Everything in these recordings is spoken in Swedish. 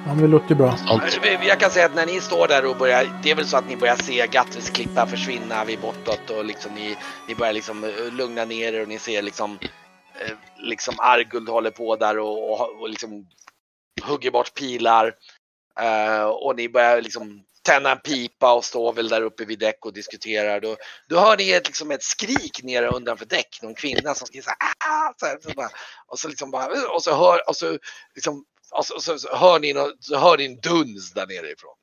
Ja, det låter bra. Jag kan säga att när ni står där och börjar, det är väl så att ni börjar se Gatris klippa försvinna vid bortåt och liksom ni börjar liksom lugna ner er och ni ser liksom Arguld håller på där och liksom hugger bort pilar och ni börjar liksom tända en pipa och stå väl där uppe vid däck och diskuterar. Då hör ni ett skrik nere undanför däck, någon kvinna som skriker så bara, och så liksom bara och så hör ni en duns där nere ifrån.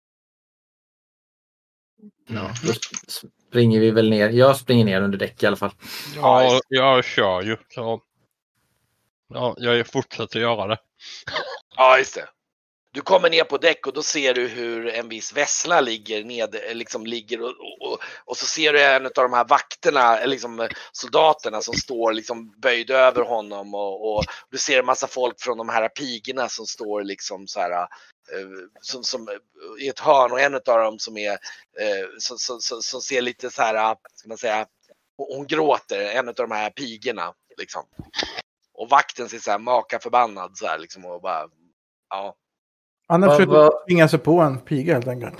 Ja, då springer vi väl ner. Jag springer ner under däck i alla fall. Ja, jag kör ju. Så. Ja, jag fortsätter göra det. Ja, just det. Du kommer ner på däck och då ser du hur en viss vässla ligger och så ser du en av de här vakterna, liksom soldaterna som står liksom böjd över honom och du ser en massa folk från de här pigorna som står liksom så här som i ett hörn, och en av dem som är som ser lite så här, ska man säga, hon gråter, en av de här pigorna liksom. Och vakten ser så här maka förbannad så här liksom och bara ja. Han har försökt tvinga sig på en piga helt enkelt.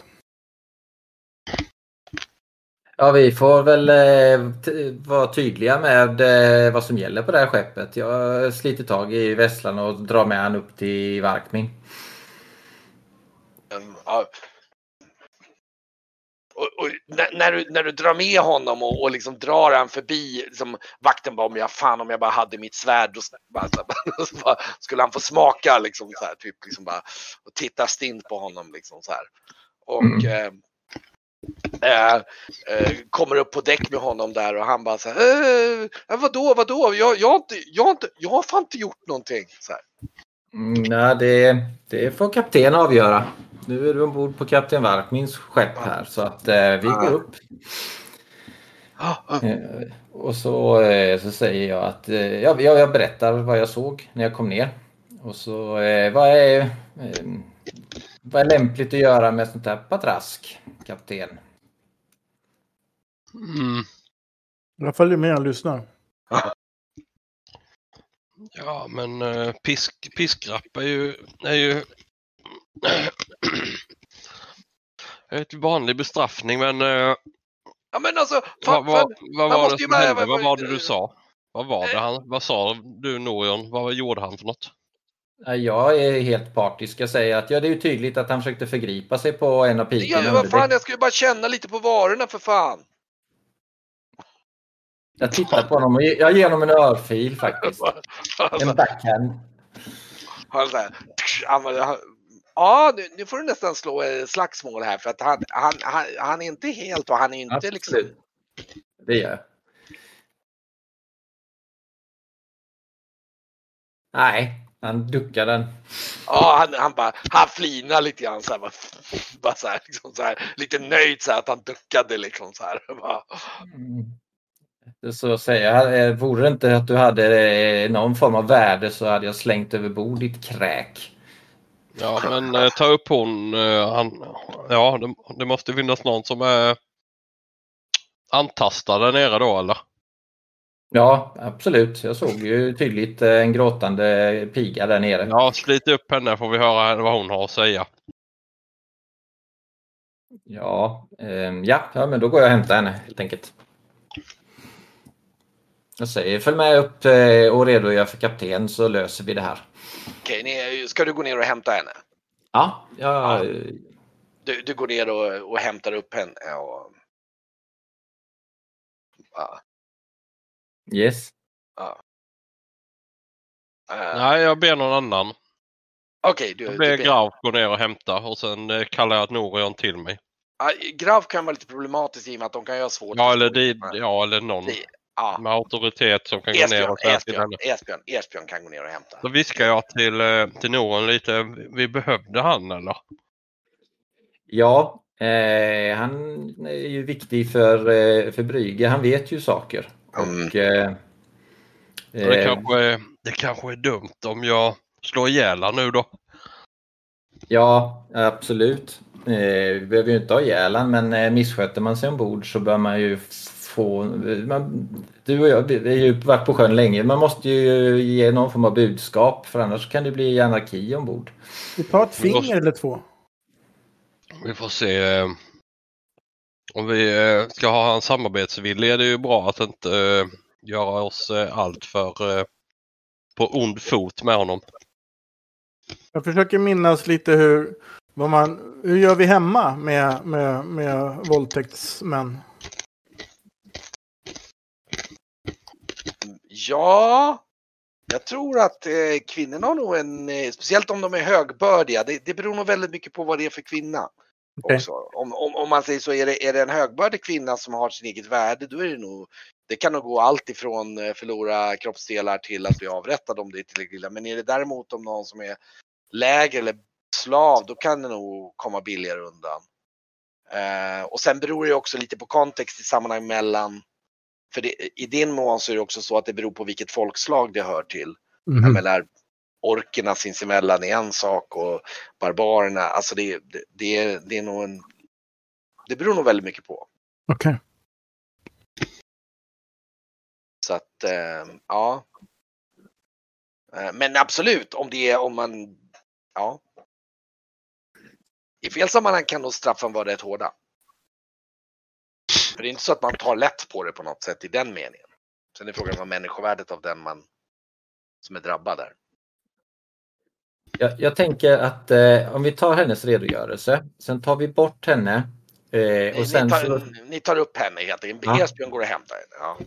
Ja, vi får väl vara tydliga med vad som gäller på det här skeppet. Jag sliter tag i vässlan och drar med han upp till Varkmin. Ja. Och när du drar med honom och liksom drar han förbi liksom, vakten bara, om jag bara hade mitt svärd då skulle han få smaka liksom så här, typ liksom bara och titta stint på honom liksom så här. Och kommer upp på däck med honom där och han bara så här, vadå? Jag har fan inte gjort någonting så här. Nej, det får kapten avgöra. Nu är du ombord på kapten Varkmins skepp här, så att vi går upp. Och så säger jag att jag berättar vad jag såg när jag kom ner. Och så vad är lämpligt att göra med sånt här patrask, kapten? Jag följer med och lyssnar. Ja, men piskrapp är ju ett vanlig bestraffning, men ja, men alltså vad var det som hände? Vad var det du sa? Vad var det vad sa du, Norion? Vad gjorde han för något? Jag är helt partisk. Jag säger att det är ju tydligt att han försökte förgripa sig på en av pigorna. Ja, vad fan, jag skulle bara känna lite på varorna för fan. Jag tittar på honom och jag ger honom en örfil faktiskt. En backhand. Ja, nu får du nästan slå slagsmål här, för att han är inte helt och han är inte liksom. Det gör jag. Nej, han duckar den. Ja, han flinar lite grann så här, bara så här, liksom så här lite nöjd så här, att han duckade liksom så här. Så säger jag, vore det inte att du hade någon form av värde så hade jag slängt över bord ditt kräk. Ja, men ta upp hon. Det måste finnas någon som är antastad där nere då, eller? Ja, absolut. Jag såg ju tydligt en gråtande piga där nere. Ja, slit upp henne får vi höra vad hon har att säga. Ja, men då går jag och hämtar henne helt enkelt. Jag säger, följ med upp och redogör för kapten så löser vi det här. Okej, ska du gå ner och hämta henne? Ja. Du går ner och hämtar upp henne och... Ja. Yes. Ja. Nej, jag ber någon annan. Okej, jag ber Grav gå ner och hämta och sen kallar jag Norion till mig. Grav kan vara lite problematiskt i och med att de kan göra svårt. Eller någon med auktoritet som kan gå ner och säga till henne. Esbjörn kan gå ner och hämta. Då viskar jag till Norion lite, vi behövde han eller? Ja, han är ju viktig för Brygge. Han vet ju saker. Och, det kanske är dumt om jag slår ihjäl nu då. Ja, absolut. Vi behöver ju inte ha ihjäl han, men missköter man sig ombord så bör man ju få... Du och jag vi har ju varit på sjön länge. Man måste ju ge någon form av budskap, för annars kan det bli anarki ombord. Vi tar ett finger eller två. Vi får se. Om vi ska ha en samarbetsvilja är det ju bra att inte göra oss allt för på ond fot med honom. Jag försöker minnas lite hur gör vi hemma med våldtäktsmän? Ja, jag tror att kvinnorna har nog speciellt om de är högbördiga, det beror nog väldigt mycket på vad det är för kvinna. Okay. Också. Om man säger så, är det en högbördig kvinna som har sin eget värde, då är det nog, det kan nog gå allt ifrån förlora kroppsdelar till att bli avrättad om det är tillräckligt illa. Men är det däremot om någon som är lägre eller slav, då kan det nog komma billigare undan. Och sen beror det också lite på kontext i sammanhang mellan, för i din mån så är det också så att det beror på vilket folkslag det hör till. Jag menar, orkerna sinsemellan är en sak och barbarerna, alltså det är nog det beror nog väldigt mycket på. Okej. Okay. Så att, ja. Men absolut, om man, ja. I fel sammanhang kan nog straffen vara rätt hårda. För det är inte så att man tar lätt på det på något sätt i den meningen. Sen är frågan om människovärdet av den som är drabbad där. Jag tänker att om vi tar hennes redogörelse, sen tar vi bort henne. Och sen ni tar upp henne helt enkelt. Esbjörn går och hämtar henne. Ja.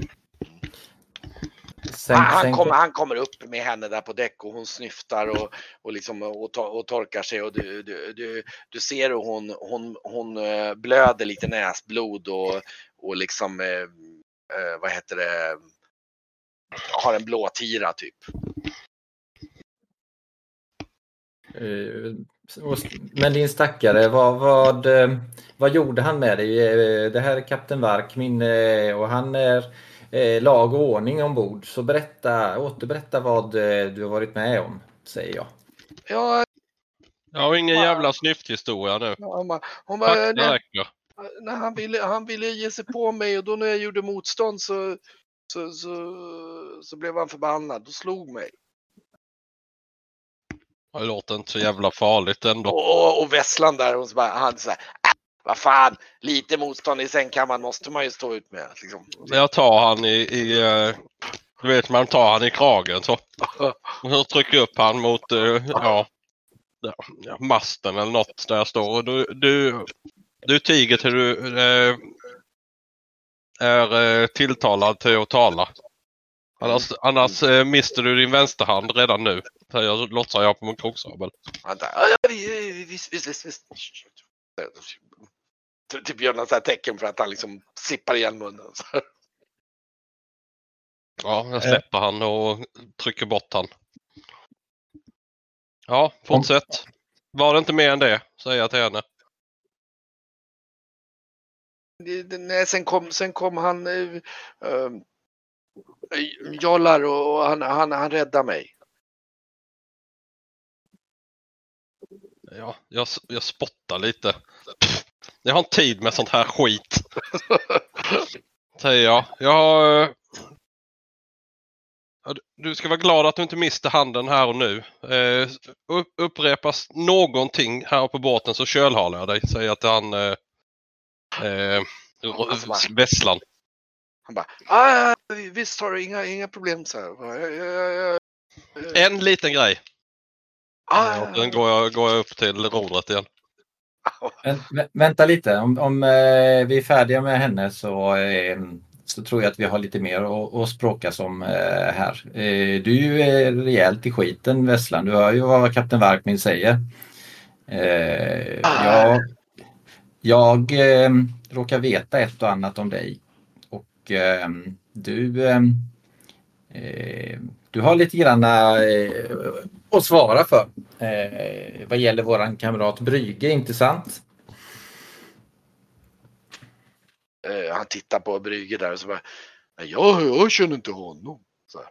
Han kommer upp med henne där på däck och hon snyftar och liksom och torkar sig och du ser hur hon blöder lite näsblod och liksom vad heter det, har en blåtira typ. Men din stackare, vad gjorde han med dig? Det här är kapten Vark och han är lag och ordning ombord. Så återberätta vad du har varit med om, säger jag. Ja, jag har ingen jävla snyfthistoria nu. Hon han ville ge sig på mig och då när jag gjorde motstånd så blev han förbannad och slog mig. Det låter inte så jävla farligt ändå. Och Vesslan där, och han så här, vad fan, lite motstånd i sängkammaren måste man ju stå ut med. Liksom. Jag tar han du vet, man tar han i kragen så. Och så trycker upp han mot masten eller något där jag står. Och du tiger till du är tilltalad till att tala. Annars mister du din vänsterhand redan nu. Jag låtsar jag på min kroksabel. Visst. Typ gör något så här tecken för att han liksom sippar igen munnen. Ja, jag släpper han och trycker bort han. Ja, fortsätt. Var det inte mer än det, säger jag till henne. Nej, sen kom han Jollar och han räddade mig. Ja, jag spottar lite. Jag har inte tid med sånt här skit. Säger jag. Du ska vara glad att du inte miste handen här och nu. Upprepas någonting här på båten så kölhalar jag dig. Säger att han Vesslan. Han bara, visst har du inga problem så här. En liten grej. Sen går jag upp till rodret igen. Vänta lite, om vi är färdiga med henne så tror jag att vi har lite mer att språka som här. Du är ju rejält i skiten, Vesslan. Du hör ju vad kapten Varkmin säger. Jag råkar veta ett och annat om dig. Och du har lite grann att svara för vad gäller våran kamrat Brygge, inte sant? Han tittar på Brygge där och så bara, jag känner inte honom. Så.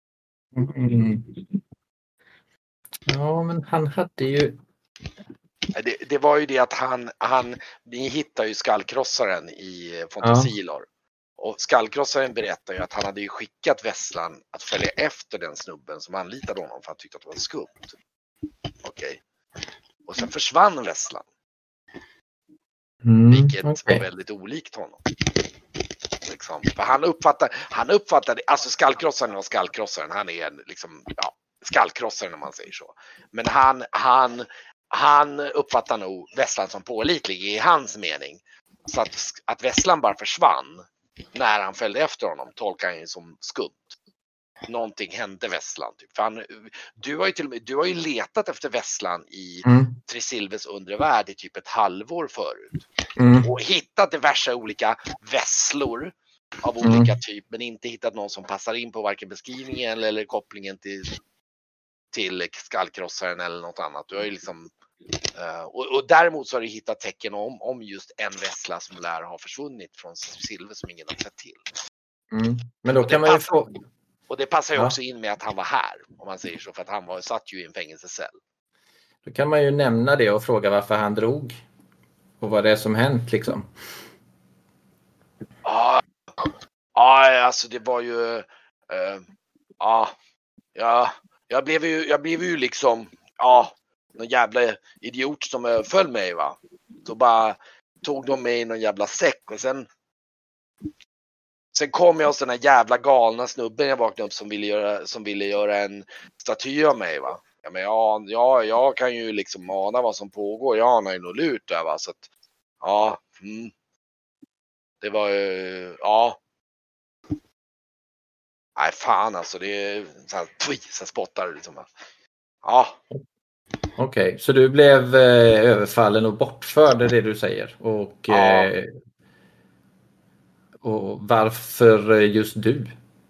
Ja, men han hade ju Det var ju det att ni hittar ju skallkrossaren i Fontesilor. Och skallkrossaren berättar ju att han hade ju skickat Vesslan att följa efter den snubben som anlitade honom för han tyckte att det var skumt. Okej. Och sen försvann Vesslan. Vilket var väldigt olikt honom. Liksom. För han uppfattade, alltså skallkrossaren och skallkrossaren, han är liksom, skallkrossaren om man säger så. Men han uppfattar nog Vesslan som pålitlig i hans mening. Så att Vesslan bara försvann när han följde efter honom tolkar han ju som skumt. Någonting hände Vesslan. Typ. För du har ju letat efter Vesslan i Tresilves undre värld i typ ett halvår förut. Och hittat diverse olika vesslor av olika typ. Men inte hittat någon som passar in på varken beskrivningen eller kopplingen till skallkrossaren eller något annat. Du har ju liksom, och däremot så har du hittat tecken om just en vessla som lär ha försvunnit från Tresilve som ingen har sett till. Men då kan man ju få... Och det passar ju också in med att han var här, om man säger så, för att han satt ju i en fängelsecell. Då kan man ju nämna det och fråga varför han drog. Och vad det är som hänt liksom. Ja, alltså det var ju... Jag blev ju liksom... någon jävla idiot som föll mig, va. Så bara tog de mig i någon jävla säck och sen kom jag hos den här jävla galna snubben jag vaknade upp som ville göra en staty av mig, va. Ja, men jag kan ju liksom ana vad som pågår. Jag anar ju något lurt där, va. Så att, det var ju, nej fan alltså, det är så spottar liksom, va. Okej, så du blev överfallen och bortförd, är det du säger. Och varför just du?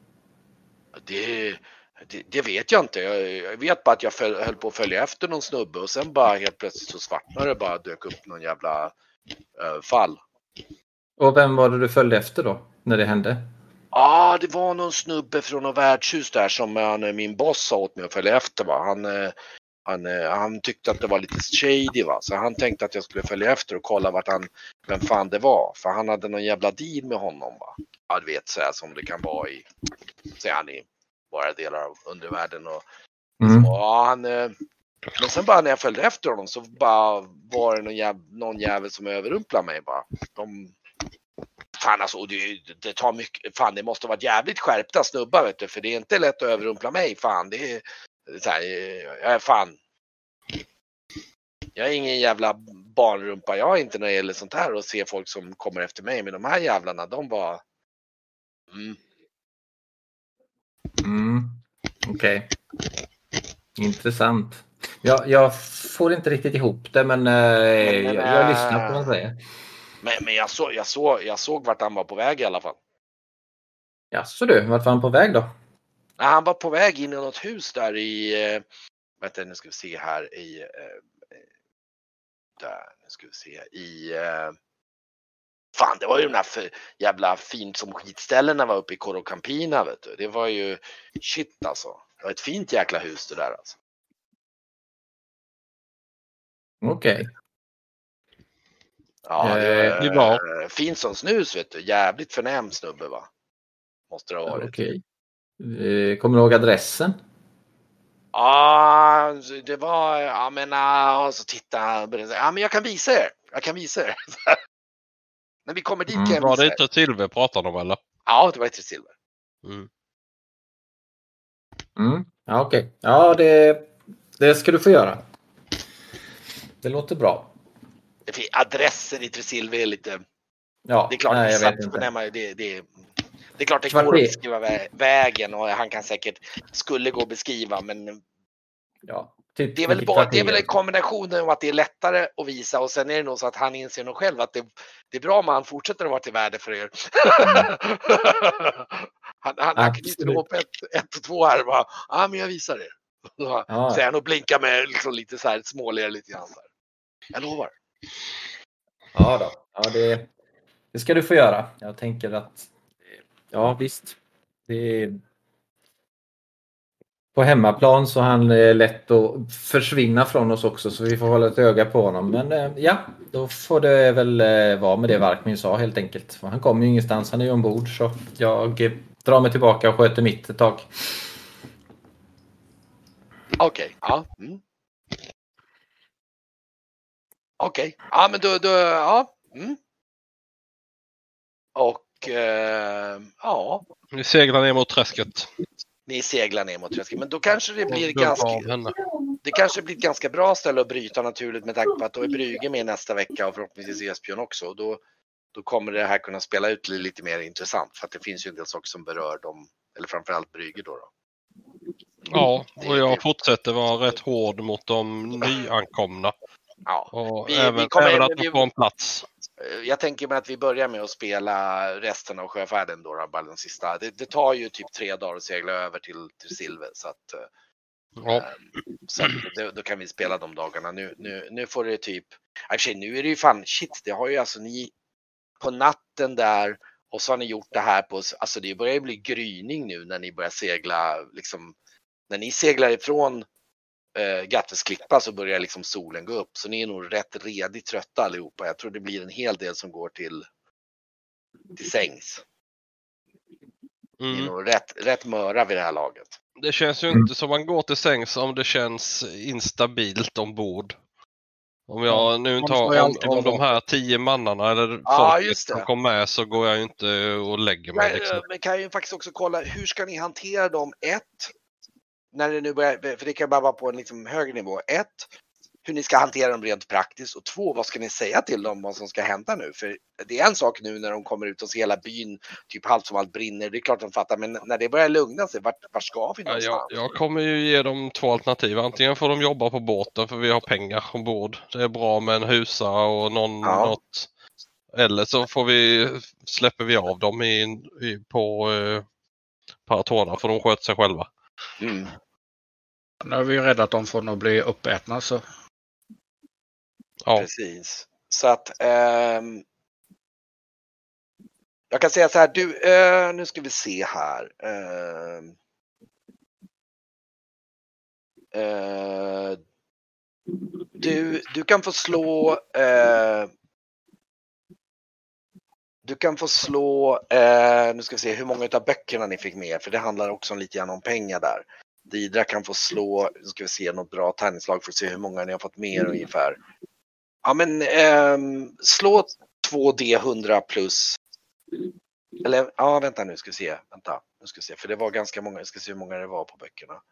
Det vet jag inte. Jag vet bara att jag höll på att följa efter någon snubbe och sen bara helt plötsligt så svartnade det, bara dök upp någon jävla fall. Och vem var det du följde efter då, när det hände? Det var någon snubbe från något värdshus där som min boss sa åt mig att följa efter, va. Han tyckte att det var lite shady, va. Så han tänkte att jag skulle följa efter och kolla vem fan det var. För han hade någon jävla deal med honom, va. Ja, du vet, så här som det kan vara i våra delar av undervärlden. Och men sen bara när jag följde efter honom så bara var det någon jävel som överrumplade mig, bara. Fan alltså, det tar mycket, fan det måste vara jävligt skärpta snubbar, vet du, för det är inte lätt att överrumpla mig, fan, det är så här, jag är ingen jävla barnrumpa, jag är inte när det gäller sånt här och se folk som kommer efter mig, men de här jävlarna, de var Okej. Intressant. Jag får inte riktigt ihop det, men jag lyssnar på vad man säger. Men jag såg vart han var på väg i alla fall. Jaså du, vart var han på väg då? Han var på väg in i något hus där i... nu ska vi se här fan, det var ju de där jävla fint som skitställena var uppe i Corocampina, vet du. Det var ju shit alltså. Det var ett fint jäkla hus det där alltså. Okej. Ja, det var fint som snus, vet du. Jävligt förnäm snubbe, va. Måste det ha varit. Okej. Kommer du ihåg adressen? Ja, det var, så titta, men jag kan visa er. När vi kommer dit kan jag var visa det inte Silver pratade om, eller? Ja, det var inte Silver. Ja, okej. Ja, det ska du få göra. Det låter bra. Adressen i Tresilve är lite... Ja, det är klart, nej, det är klart det går att beskriva vägen och han kan säkert skulle gå att beskriva, men ja, det är väl en kombination av att det är lättare att visa och sen är det nog så att han inser nog själv att det är bra om han fortsätter att vara till värde för er. Han knyter ihop 1 och 2 här, va. Men jag visar er. Så han och blinkar med liksom lite så här småler lite grann där. Jag lovar. Ja då. Ja, det ska du få göra. Jag tänker att ja, visst. på hemmaplan, så han är lätt att försvinna från oss också, så vi får hålla ett öga på honom. Men ja, då får det väl vara med det Varkmin sa helt enkelt. Han kommer ju ingenstans, han är ju ombord, så jag drar mig tillbaka och sköter mitt ett tag. Okej, ja. Okej, ja men då ja. Och ja. Ni seglar ner mot träsket. Ni seglar ner mot träsket, men då kanske det blir det kanske blir ett ganska bra ställe att bryta naturligt, med tanke på att då är Brygge med nästa vecka och förhoppningsvis Esbjörn också. Och då kommer det här kunna spela ut lite mer intressant, för att det finns ju en del saker som berör dem, eller framförallt Brygge då. Ja, och jag fortsätter vara rätt hård mot de nyankomna. Ja, och vi även att de får en plats. Jag tänker mig att vi börjar med att spela resten av sjöfärden då, bara den sista. Det tar ju typ 3 dagar att segla över till Silver, så att då kan vi spela de dagarna. Nu får det typ, nu är det ju fan shit, det har ju alltså ni på natten där, och så har ni gjort det här på, alltså det börjar ju bli gryning nu när ni börjar segla, liksom när ni seglar ifrån Gattes klippa, så börjar liksom solen gå upp, så ni är nog rätt redigt trötta allihopa. Jag tror det blir en hel del som går till sängs. Ni är nog rätt möra vid det här laget. Det känns ju inte som man går till sängs om det känns instabilt ombord. Om jag nu tar om de här 10 mannarna eller folket som kom med, så går jag ju inte och lägger mig. Liksom. Men kan ju faktiskt också kolla, hur ska ni hantera dem? När det nu börjar, för det kan bara vara på en liksom högre nivå. 1, hur ni ska hantera dem rent praktiskt, och 2, vad ska ni säga till dem vad som ska hända nu? För det är en sak nu när de kommer ut och ser hela byn typ halvt som allt brinner, det är klart de fattar, men när det börjar lugna sig, vart ska vi någonstans? Jag kommer ju ge dem 2 alternativ. Antingen får de jobba på båten, för vi har pengar ombord. Det är bra med en husa och något. Eller så släpper vi av dem på Paratona, för de sköter sig själva. Nu är vi ju rädda att de får nog bli uppätna, så. Ja. Precis. Så att jag kan säga så här, nu ska vi se här. Du kan få slå nu ska vi se hur många av böckerna ni fick med, för det handlar också lite grann om pengar där. Didra kan få slå, nu ska vi se något bra tärningslag för att se hur många ni har fått med ungefär. Ja men slå 2D100 plus, eller ja vänta nu ska vi se, för det var ganska många, jag ska se hur många det var på böckerna.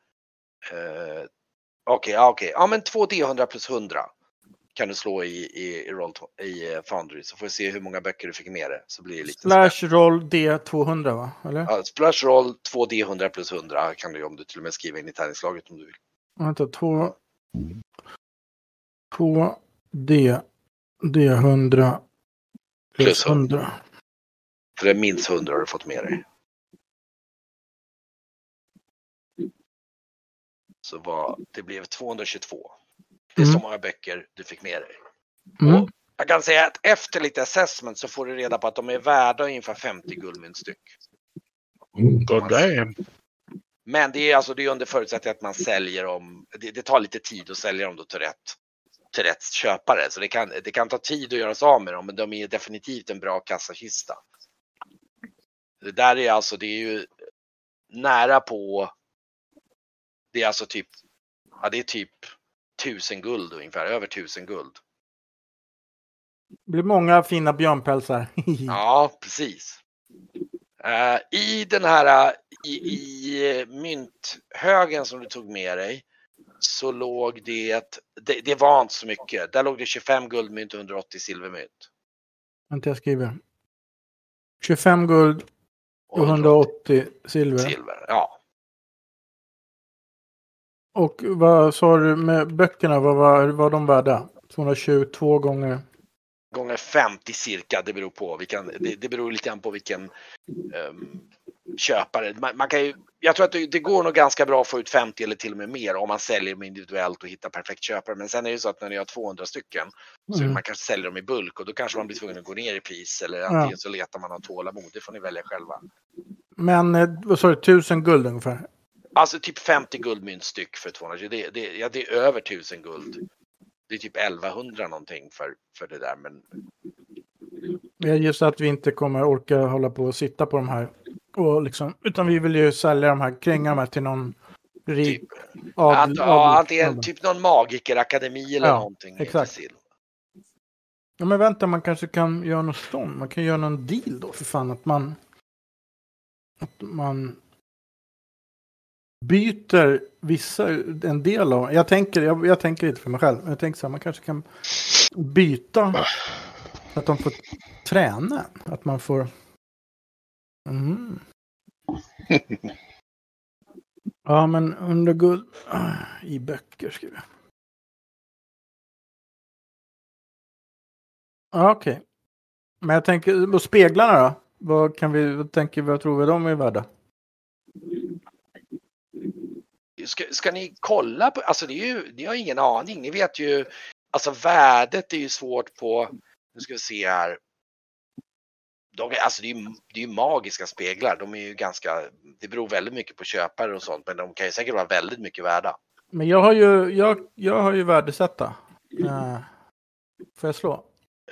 Okej. Ja men 2D100 plus 100 kan du slå i Foundry, så får vi se hur många böcker du fick med det, så blir det lite Splash roll D200 va? Eller? Ja, splash roll 2D100 plus 100 kan du, om du till och med skriver in i tärningslaget om du vill. Vänta, 2D100 plus 100. För det är minst 100 har du fått med dig. Så det blev 222. Det är så många böcker du fick med dig. Och jag kan säga att efter lite assessment så får du reda på att de är värda ungefär 50 guldmynt styck. Men det är under förutsättning att man säljer dem. Det tar lite tid att sälja dem då till rätt köpare. Så det kan ta tid att göra sig av med dem, men de är definitivt en bra kassakista. Det där är alltså, det är ju nära på, det är alltså typ, ja det är typ 1000 guld ungefär, över 1000 guld. Det blir många fina björnpälsar. Ja, precis. I den här i mynthögen som du tog med dig så låg det var inte så mycket. Där låg det 25 guldmynt och 180 silvermynt. Vänta, jag skriver. 25 guld och 180 silver. Ja. Och vad sa du med böckerna? Vad var de värda? 222 gånger 50 cirka, det beror på det beror lite grann på vilken köpare. Man kan ju, jag tror att det går nog ganska bra att få ut 50 eller till och med mer om man säljer dem individuellt och hittar perfekt köpare. Men sen är det så att när ni har 200 stycken så man kanske säljer dem i bulk, och då kanske man blir tvungen att gå ner i pris, eller antingen så letar man av tålamod. Det får ni välja själva. Men vad sa du, 1000 guld ungefär? Alltså typ 50 guldmynt styck för 220. Det är över 1000 guld. Det är typ 1100 någonting för det där. Men Jag gissar att vi inte kommer orka hålla på och sitta på de här. Och liksom, utan vi vill ju sälja de här, kränga de här till någon rik typ, adel. antingen typ någon magikerakademi eller någonting. Exakt. Ja, men vänta, man kanske kan göra något stånd. Man kan göra någon deal då, för fan, att man byter en del av. Jag tänker inte för mig själv. Jag tänker så här, man kanske kan byta att de får träna, att man får ja, men 100 guld i böcker skriver jag. Ja, okej. Men jag tänker, och speglarna då? Vad tror vi de är värda? Ska ni kolla på, alltså ni har ingen aning. Ni vet ju, alltså värdet är ju svårt på, nu ska vi se här. Alltså det är ju magiska speglar. De är ju det beror väldigt mycket på köpare och sånt, men de kan ju säkert vara väldigt mycket värda. Men jag har ju värdesätta. Får jag slå?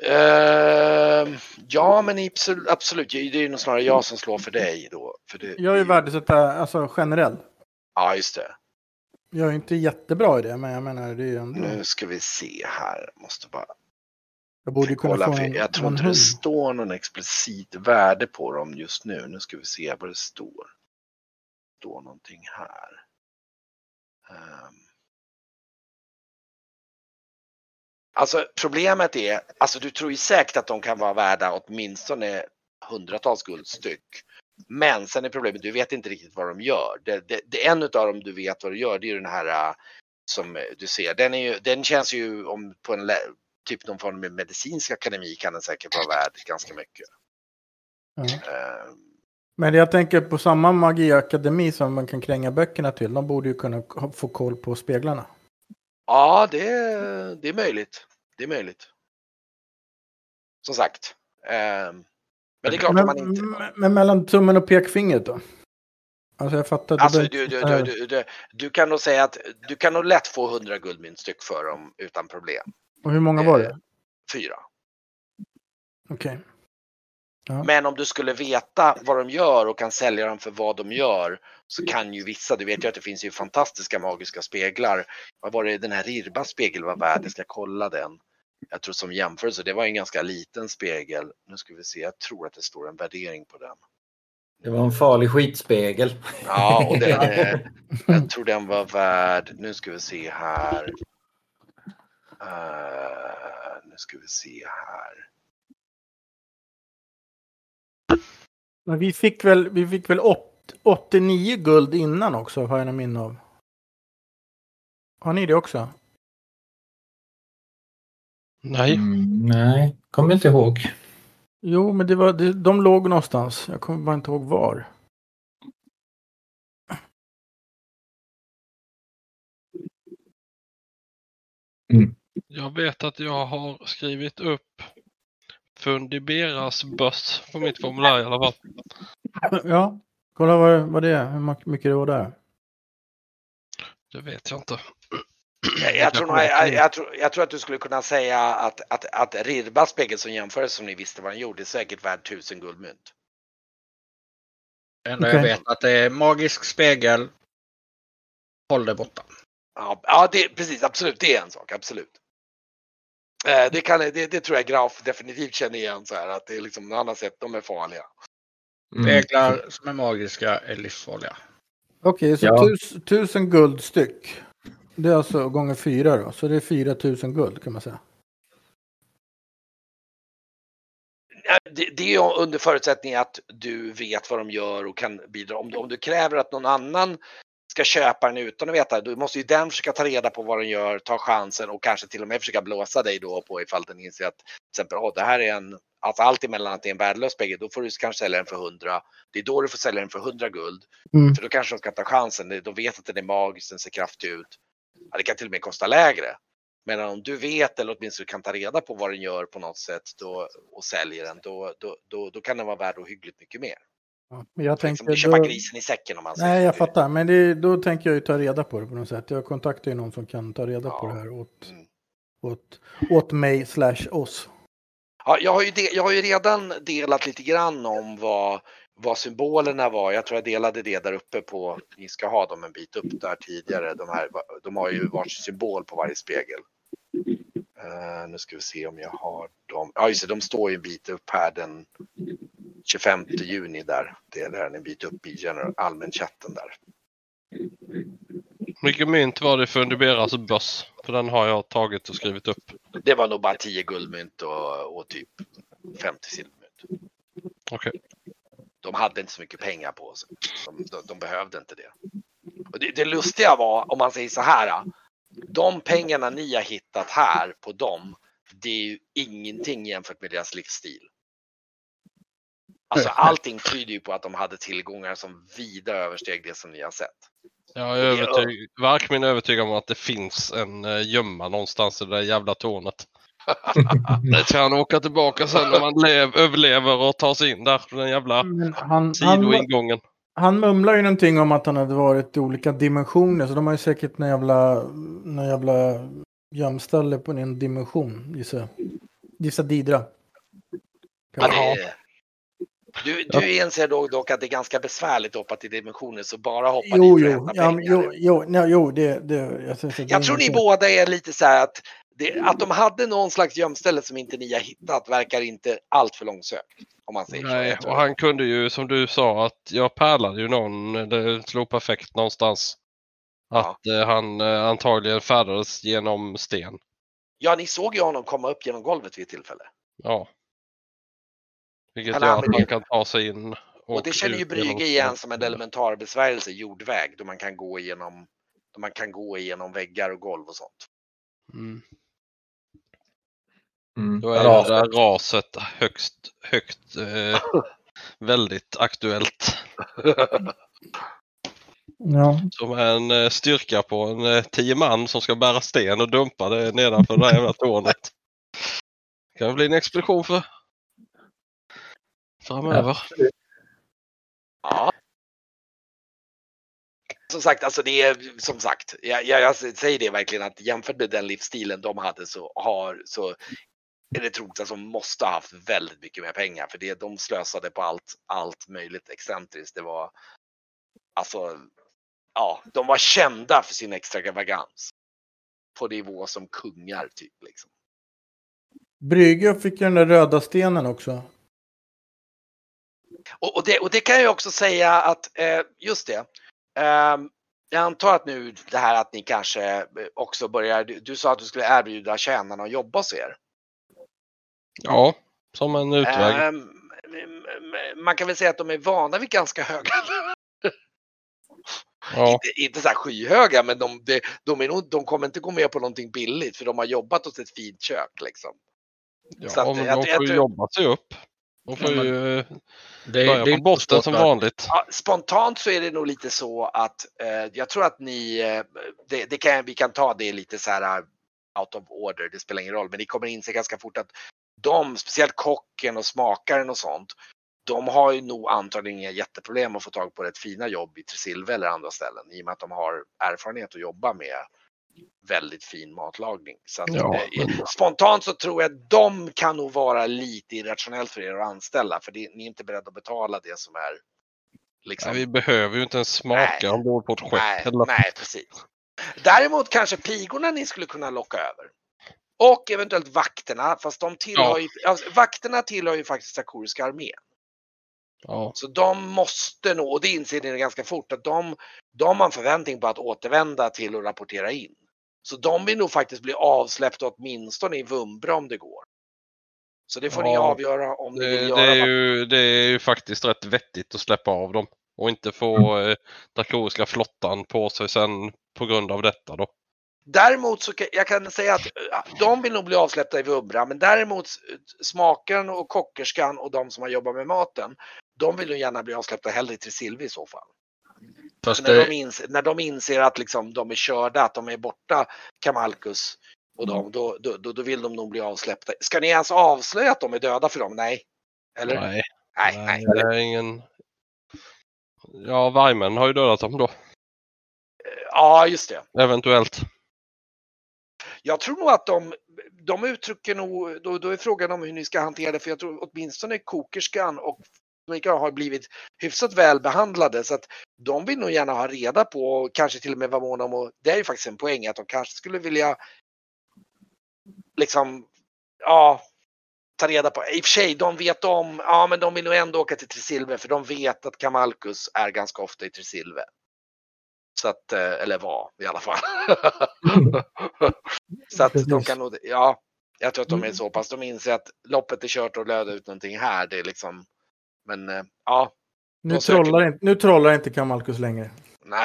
Ja, men absolut. Det är ju nog snarare jag som slår för dig då. Jag är ju värdesätta, alltså generellt. Ja, just det. Jag är inte jättebra i det, men jag menar det är ju ändå. Nu ska vi se här. Måste bara jag borde kunna få jag tror inte det står någon explicit värde på dem just nu. Nu ska vi se vad det står. Det står någonting här. Alltså problemet är, alltså du tror ju säkert att de kan vara värda åtminstone hundratals guldstyck. Men sen är problemet, du vet inte riktigt vad de gör. Det en av dem du vet vad de gör, det är ju den här som du ser. Den känns ju på en typ någon form av medicinsk akademi kan den säkert vara värd ganska mycket. Men jag tänker på samma magiakademi som man kan kränga böckerna till. De borde ju kunna få koll på speglarna. Ja, det är möjligt. Det är möjligt. Som sagt. Men det är klart att man inte... Men mellan tummen och pekfingret då? Alltså jag fattar. Alltså du kan nog säga att du kan nog lätt få 100 guldmyntstyck för dem utan problem. Och hur många var det? 4. Okej. Ja. Men om du skulle veta vad de gör och kan sälja dem för vad de gör, så kan ju vissa, du vet ju att det finns ju fantastiska magiska speglar. Vad var det den här Rirbas spegel var värd? Jag ska kolla den. Jag tror som jämförelse, det var en ganska liten spegel. Nu ska vi se, jag tror att det står en värdering på den. Det var en farlig skitspegel. Ja, och jag tror den var värd, nu ska vi se här. Nu ska vi se här. Men vi fick väl 89 guld innan också, har jag en minne av. Har ni det också? Nej. Nej, kommer inte ihåg. Jo, men de låg någonstans. Jag kommer bara inte ihåg var. Jag vet att jag har skrivit upp Fundiberas börs på mitt formulär i alla fall. Ja, kolla vad det är. Hur mycket det var där. Det vet jag inte. Jag tror att du skulle kunna säga att Rirbas spegel som jämförelse som ni visste vad den gjorde är säkert värd 1000 guldmynt. Det enda jag vet att det är magisk spegel. Håll det borta. Ja, precis. Absolut. Det är en sak. Absolut. Det tror jag Graf definitivt känner igen så här. Att det är liksom något annat sätt. De är farliga. Speglar som är magiska är livsfarliga. Okej, så 1000 guldstyck. Det är alltså gånger 4 då. Så det är 4000 guld kan man säga. Det är under förutsättning att du vet vad de gör och kan bidra. Om du kräver att någon annan ska köpa den utan att veta, då måste ju den försöka ta reda på vad den gör, ta chansen och kanske till och med försöka blåsa dig då på ifall den inser att till exempel, det här är alltså allt emellan att det är en värdelös spegel, då får du kanske sälja den för 100. Det är då du får sälja den för 100 guld. För då kanske de ska ta chansen, de vet att den är magisk, den ser kraftig ut. Ja, det kan till och med kosta lägre. Men om du vet eller åtminstone kan ta reda på vad den gör på något sätt och säljer den, då kan den vara värd ohyggligt mycket mer. Ja, men jag Liksom, tänker, du köper grisen i säcken om man säger. nej, jag fattar. Men då tänker jag ju ta reda på det på något sätt. Jag kontaktar ju någon som kan ta reda på det här åt mig / oss. Ja, jag har ju redan delat lite grann om vad symbolerna var. Jag tror jag delade det där uppe på, ni ska ha dem en bit upp där tidigare. De har ju varsin symbol på varje spegel. Nu ska vi se om jag har dem. Ja, just det, de står ju en bit upp här den 25 juni där. Det är där en bit upp i allmänchatten där. Mycket mynt var det för Underberas börs? För den har jag tagit och skrivit upp. Det var nog bara 10 guldmynt och typ 50 silvermynt. Okej. De hade inte så mycket pengar på sig. De behövde inte det. Och det lustiga var, om man säger så här. De pengarna ni har hittat här på dem, det är ju ingenting jämfört med deras livsstil. Alltså allting tyder ju på att de hade tillgångar som vida översteg det som ni har sett. Jag är verkligen övertygad om att det finns en gömma någonstans i det där jävla tornet. Det ska han åka tillbaka sen när man överlever och tar sig in där. Den jävla sidoingången. Han mumlar ju någonting om att han hade varit i olika dimensioner. Så de har ju säkert någon jävla gömställe på en dimension. Gissa Didra. Ja, du inser dock att det är ganska besvärligt att hoppa till dimensioner. Så bara hoppa dit och hämta pengar. Jag tror ni båda är lite så här att de hade någon slags gömställe som inte ni har hittat verkar inte allt för långsökt. Om man säger nej, så. Och han kunde ju, som du sa, att jag pärlade ju någon, det slog perfekt någonstans. Att han antagligen färdades genom sten. Ja, ni såg ju honom komma upp genom golvet vid ett tillfälle. Ja. Vilket gör att man kan ta sig in. Och det känner ju Brygge igen som en elementar besvärjelse, jordväg, då man kan gå igenom väggar och golv och sånt. Då är det där raset högt väldigt aktuellt. Ja. Som en styrka på en 10 man som ska bära sten och dumpa det nedanför det där jävla tornet. Kan det bli en expedition för framöver. Ja. Som sagt, alltså det är som sagt, jag säger det verkligen att jämfört med den livsstilen de hade så är det troligt att de måste ha haft väldigt mycket mer pengar för det de slösade på allt möjligt excentriskt. Det var alltså de var kända för sin extravagans på nivå som kungar typ liksom. Brygge fick ju den där röda stenen också. Och det kan jag också säga att just det. Jag antar att nu det här att ni kanske också börjar, du sa att du skulle erbjuda tjänarna att jobba hos er. Ja, som en utväg. Man kan väl säga att de är vana vid ganska höga. Ja. Inte så här skyhöga, men de kommer inte gå med på någonting billigt för de har jobbat hos ett fint kök liksom. Ja, så att, men de får ju jobba sig upp. De får ju börja på botten som vanligt. Ja, spontant så är det nog lite så att jag tror att ni, vi kan ta det lite så här out of order, det spelar ingen roll, men ni kommer inse ganska fort att speciellt kocken och smakaren och sånt, de har ju nog antagligen inga jätteproblem att få tag på ett fina jobb i Tresilve eller andra ställen i och med att de har erfarenhet att jobba med väldigt fin matlagning. Så att, spontant så tror jag att de kan nog vara lite irrationellt för er att anställa för ni är inte beredda att betala det som är liksom... Nej, vi behöver ju inte ens smaka ombord på ett skepp. Nej, precis. Däremot kanske pigorna ni skulle kunna locka över. Och eventuellt vakterna, fast de tillhör ju, vakterna tillhör ju faktiskt Sakuriska armén. Ja. Så de måste nog, och det inser ni ganska fort, att de har en förväntning på att återvända till och rapportera in. Så de vill nog faktiskt bli avsläppta åtminstone i Vumbra om det går. Så det får ni avgöra om ni vill göra. Det är ju faktiskt rätt vettigt att släppa av dem. Och inte få Drakoriska flottan på sig sen på grund av detta då. Däremot så jag kan säga att de vill nog bli avsläppta i Vumbra. Men däremot smakaren och kockerskan och de som har jobbat med maten. De vill nog gärna bli avsläppta hellre i Tresilve i så fall. När de inser att liksom, de är körda, att de är borta, Kamalkus och då vill de nog bli avsläppta. Ska ni ens avslöja att de är döda för dem? Nej. Eller? Nej. Nej. Det är ingen Ja, Värmen har ju dödat dem då. Ja, just det. Eventuellt. Jag tror nog att de uttrycker nog, då är frågan om hur ni ska hantera det, för jag tror åtminstone kokerskan och Mikael har blivit hyfsat välbehandlade, så att de vill nog gärna ha reda på, och kanske till och med vara måna om, och det är ju faktiskt en poäng att de kanske skulle vilja liksom, ja, ta reda på. I och för sig, de vet om, ja men de vill nog ändå åka till Tresilve, för de vet att Kamalkus är ganska ofta i Tresilve. Så att, eller var i alla fall. Så att de kan nog, ja, jag tror att de är så pass, de inser att loppet är kört och löda ut någonting här, det är liksom, men ja. Nu trollar inte Kamalkus längre. Nej.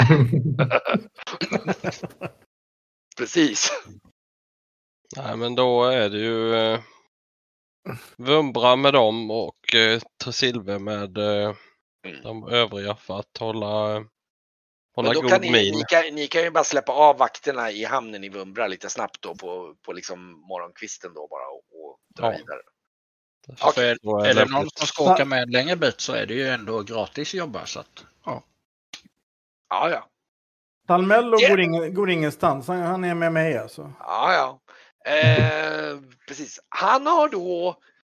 Precis. Nej, men då är det ju Vumbra med dem och Tresilve med de övriga för att hålla god kan min. Ni kan ju bara släppa av vakterna i hamnen i Vumbra lite snabbt då på liksom morgonkvisten då bara och dra vidare. Okay. Är det någon som ska åka med längre bit så är det ju ändå gratis jobba, så att, ja. Ja. Talmello går ingenstans. Han är med mig alltså. Ja. Precis. Han har då,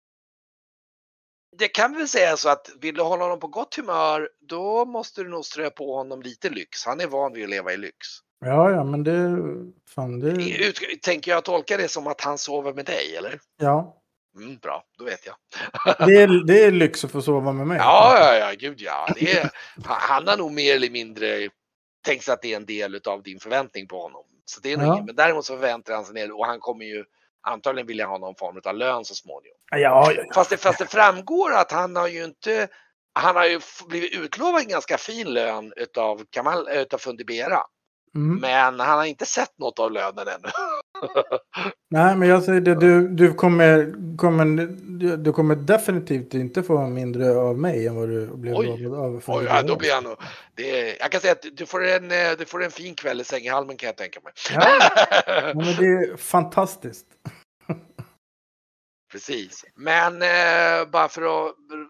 det kan vi väl säga så att vill du hålla honom på gott humör, då måste du nog strö på honom lite lyx. Han är van vid att leva i lyx. Ja, men det... Tänker jag tolka det som att han sover med dig, eller? Ja. Bra, då vet jag. Det är lyx att få sova med mig. Ja, gud ja. Han har nog mer eller mindre tänkt sig att det är en del av din förväntning på honom. Så det är nog men däremot så förväntar han sig ner, och han kommer ju antagligen vilja ha någon form av lön så småningom. Ja. Fast det framgår att han har ju blivit utlovad en ganska fin lön utav Fundibera. Men han har inte sett något av lönen ännu. Nej, men jag säger det, du kommer definitivt inte få mindre av mig än vad du blev av Fundibera. Då blir han jag kan säga att du får en fin kväll i Sänghalmen, kan jag tänka mig. Ja, men det är fantastiskt. Precis. Men bara för att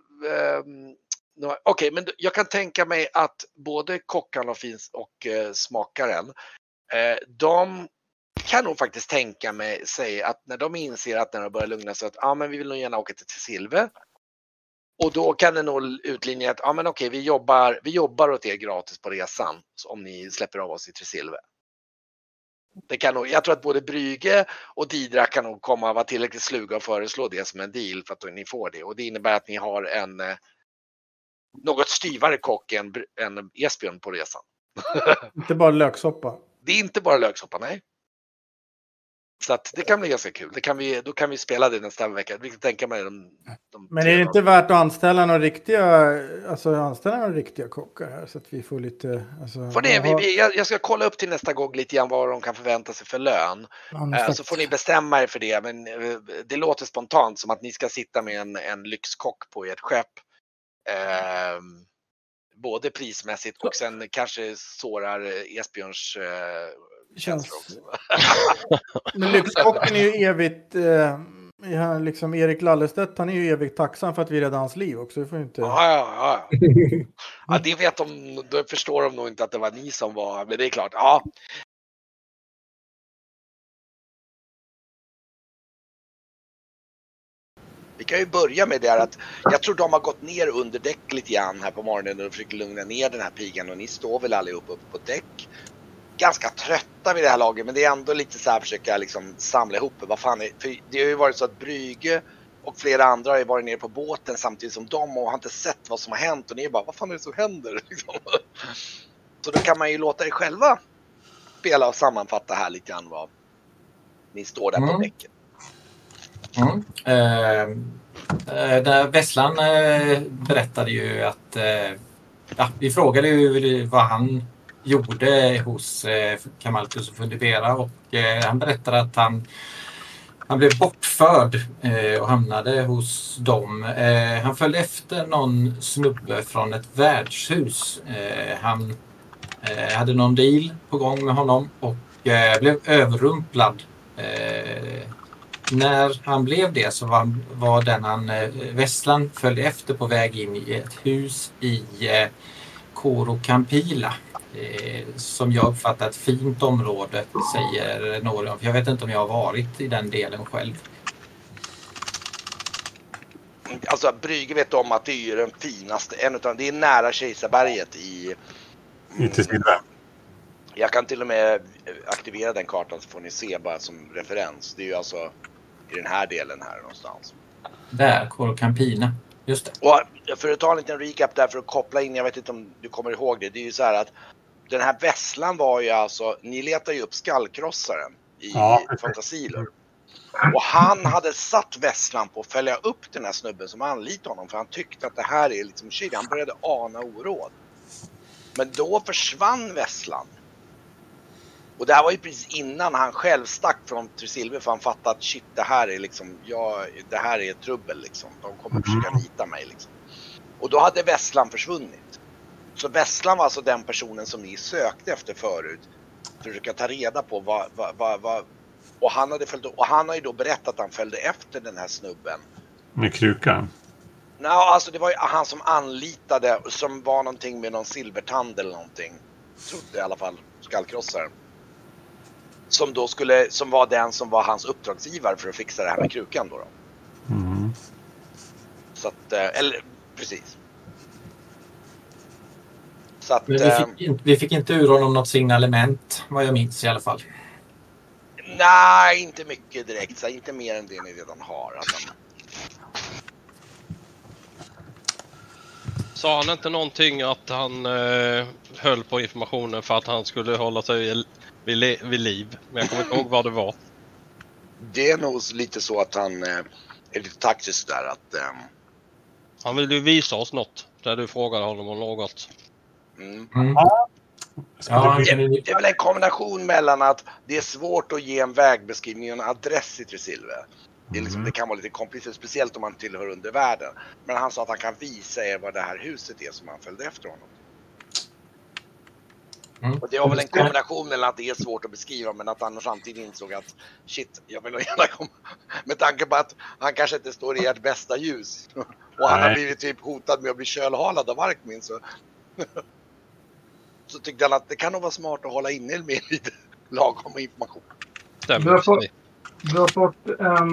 okej, men jag kan tänka mig att både kockarna och smakaren, de kan nog faktiskt tänka sig att när de inser att när de börjar lugna sig, att men vi vill nog gärna åka till Tresilve. Och då kan det nog utlinja att men okej, vi jobbar åt er gratis på resan om ni släpper av oss i Tresilve. Det kan nog, jag tror att både Brügge och Didra kan nog vara tillräckligt sluga och föreslå det som en deal för att ni får det. Och det innebär att ni har en något styvare kock än Esbjörn på resan. Inte bara löksoppa. Det är inte bara löksoppa, nej. Så att det kan bli ganska kul. Då kan vi spela det nästa vecka. Vi kan tänka mig Men är det inte värt att anställa några riktiga kockar här så att vi får lite... Jag ska kolla upp till nästa gång lite grann vad de kan förvänta sig för lön. Så får ni bestämma er för det. Men det låter spontant som att ni ska sitta med en lyxkock på ert skepp. Både prismässigt och sen kanske sårar Esbjörns känslor också. Men lyxkocken är ju evigt liksom Erik Lallestedt, han är ju evigt tacksam för att vi räddade hans liv också. Det får inte... Ja, det vet de, då förstår de nog inte att det var ni som var, men det är klart. Ja. Vi kan ju börja med det här att jag tror de har gått ner under däck lite grann här på morgonen och försöker lugna ner den här pigan, och ni står väl allihop uppe på däck. Ganska trötta vid det här laget, men det är ändå lite så här försöka liksom samla ihop vad fan är, för det har ju varit så att Brügge och flera andra har ju varit nere på båten samtidigt som de och har inte sett vad som har hänt, och ni är bara, vad fan är det som händer liksom. Så då kan man ju låta er själva spela och sammanfatta här lite grann vad ni står där på däcken. Vesslan berättade ju att vi frågade ju vad han gjorde hos Kamalkus och Fundibera, och han berättade att han blev bortförd och hamnade hos dem. Han följde efter någon snubbe från ett värdshus. Han hade någon deal på gång med honom och blev överrumplad. När han blev det så var den Vesslan följde efter på väg in i ett hus Korokampila. Som jag uppfattar ett fint område, säger någon. Jag vet inte om jag har varit i den delen själv. Alltså Brygge vet om att det är ju den finaste, det är nära Kejsarberget i Silver. Jag kan till och med aktivera den kartan så får ni se bara som referens. Det är ju alltså i den här delen här någonstans. Där, Korokampina. Just det. Och för att ta en liten recap där för att koppla in, jag vet inte om du kommer ihåg det. Det är ju så här att den här vässlan var ju alltså, ni letar ju upp skallkrossaren i Fantasilor. Och han hade satt vässlan på att följa upp den här snubben som anlitade honom. För han tyckte att det här är liksom shit, han började ana oråd. Men då försvann vässlan. Och det här var ju precis innan han själv stack från Tresilver, för han fattade att shit, det här är liksom, det här är trubbel liksom. De kommer försöka nita mig liksom. Och då hade vässlan försvunnit. Så vässlan var alltså den personen som ni sökte efter förut. För att försöka ta reda på vad och han har ju då berättat att han följde efter den här snubben. Med krukan? Nej, alltså det var ju han som anlitade, som var någonting med någon silvertand eller någonting. Trodde i alla fall, skallkrossaren. Som var den som var hans uppdragsgivare för att fixa det här med krukan då. Mm. Så att, eller precis. Så att, vi fick inte ur honom något signalement, vad jag minns i alla fall. Nej, inte mycket direkt. Så inte mer än det ni redan har. Alltså. Sa han inte någonting att han höll på informationen för att han skulle hålla sig vid liv? Men jag kommer inte ihåg vad det var. Det är nog lite så att han är lite taktisk där. Att, han ville ju visa oss något. Där du frågade honom om något. Ja, det är väl en kombination mellan att det är svårt att ge en vägbeskrivning och en adress i Tresilver. Det, är liksom, det kan vara lite komplicerat, speciellt om man tillhör undervärlden. Men han sa att han kan visa er vad det här huset är som han följde efter honom. Och det var väl en kombination mellan att det är svårt att beskriva, men att han samtidigt insåg att shit, jag vill gärna komma. Med tanke på att han kanske inte står i ert bästa ljus. Och han har blivit typ hotad med att bli kölhalad av Arkmin, så tyckte han att det kan nog vara smart att hålla inne med lite lagom information. Du har fått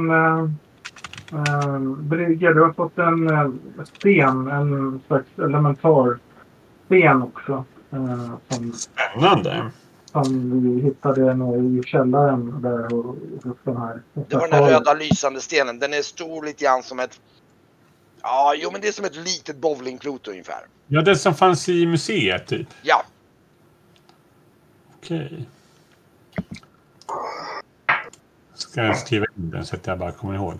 en brygga, du har fått en sten, en slags elementar sten också. Spännande. Som vi hittade nere i källaren där hos den här. Det var den röda lysande stenen. Den är stor lite grann som ett... Ja, men det är som ett litet bowlingklot ungefär. Ja, det som fanns i museet typ. Ja. Okej. Ska jag skriva in den så att jag bara kommer ihåg.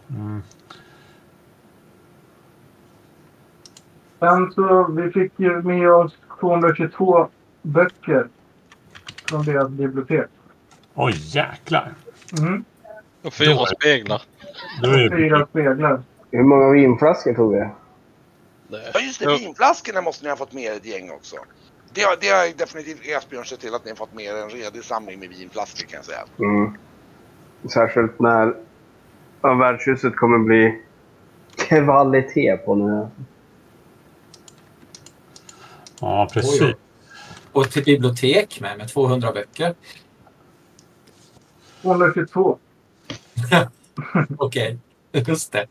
Sen så vi fick ju med oss 222 böcker från deras bibliotek. Oj, jäklar. Och 4 speglar. 4 speglar. Hur många vinflaskor tog vi? Ja, just det. Vinflaskorna måste ni ha fått med ett gäng också. Det har definitivt Esbjörn sett till att ni har fått med en redig samling med vinflaskor, kan jag säga. Särskilt när värdshuset kommer bli kvalitet på nu. Ja, precis. Och till bibliotek med 200 böcker. 222. Okej, just det.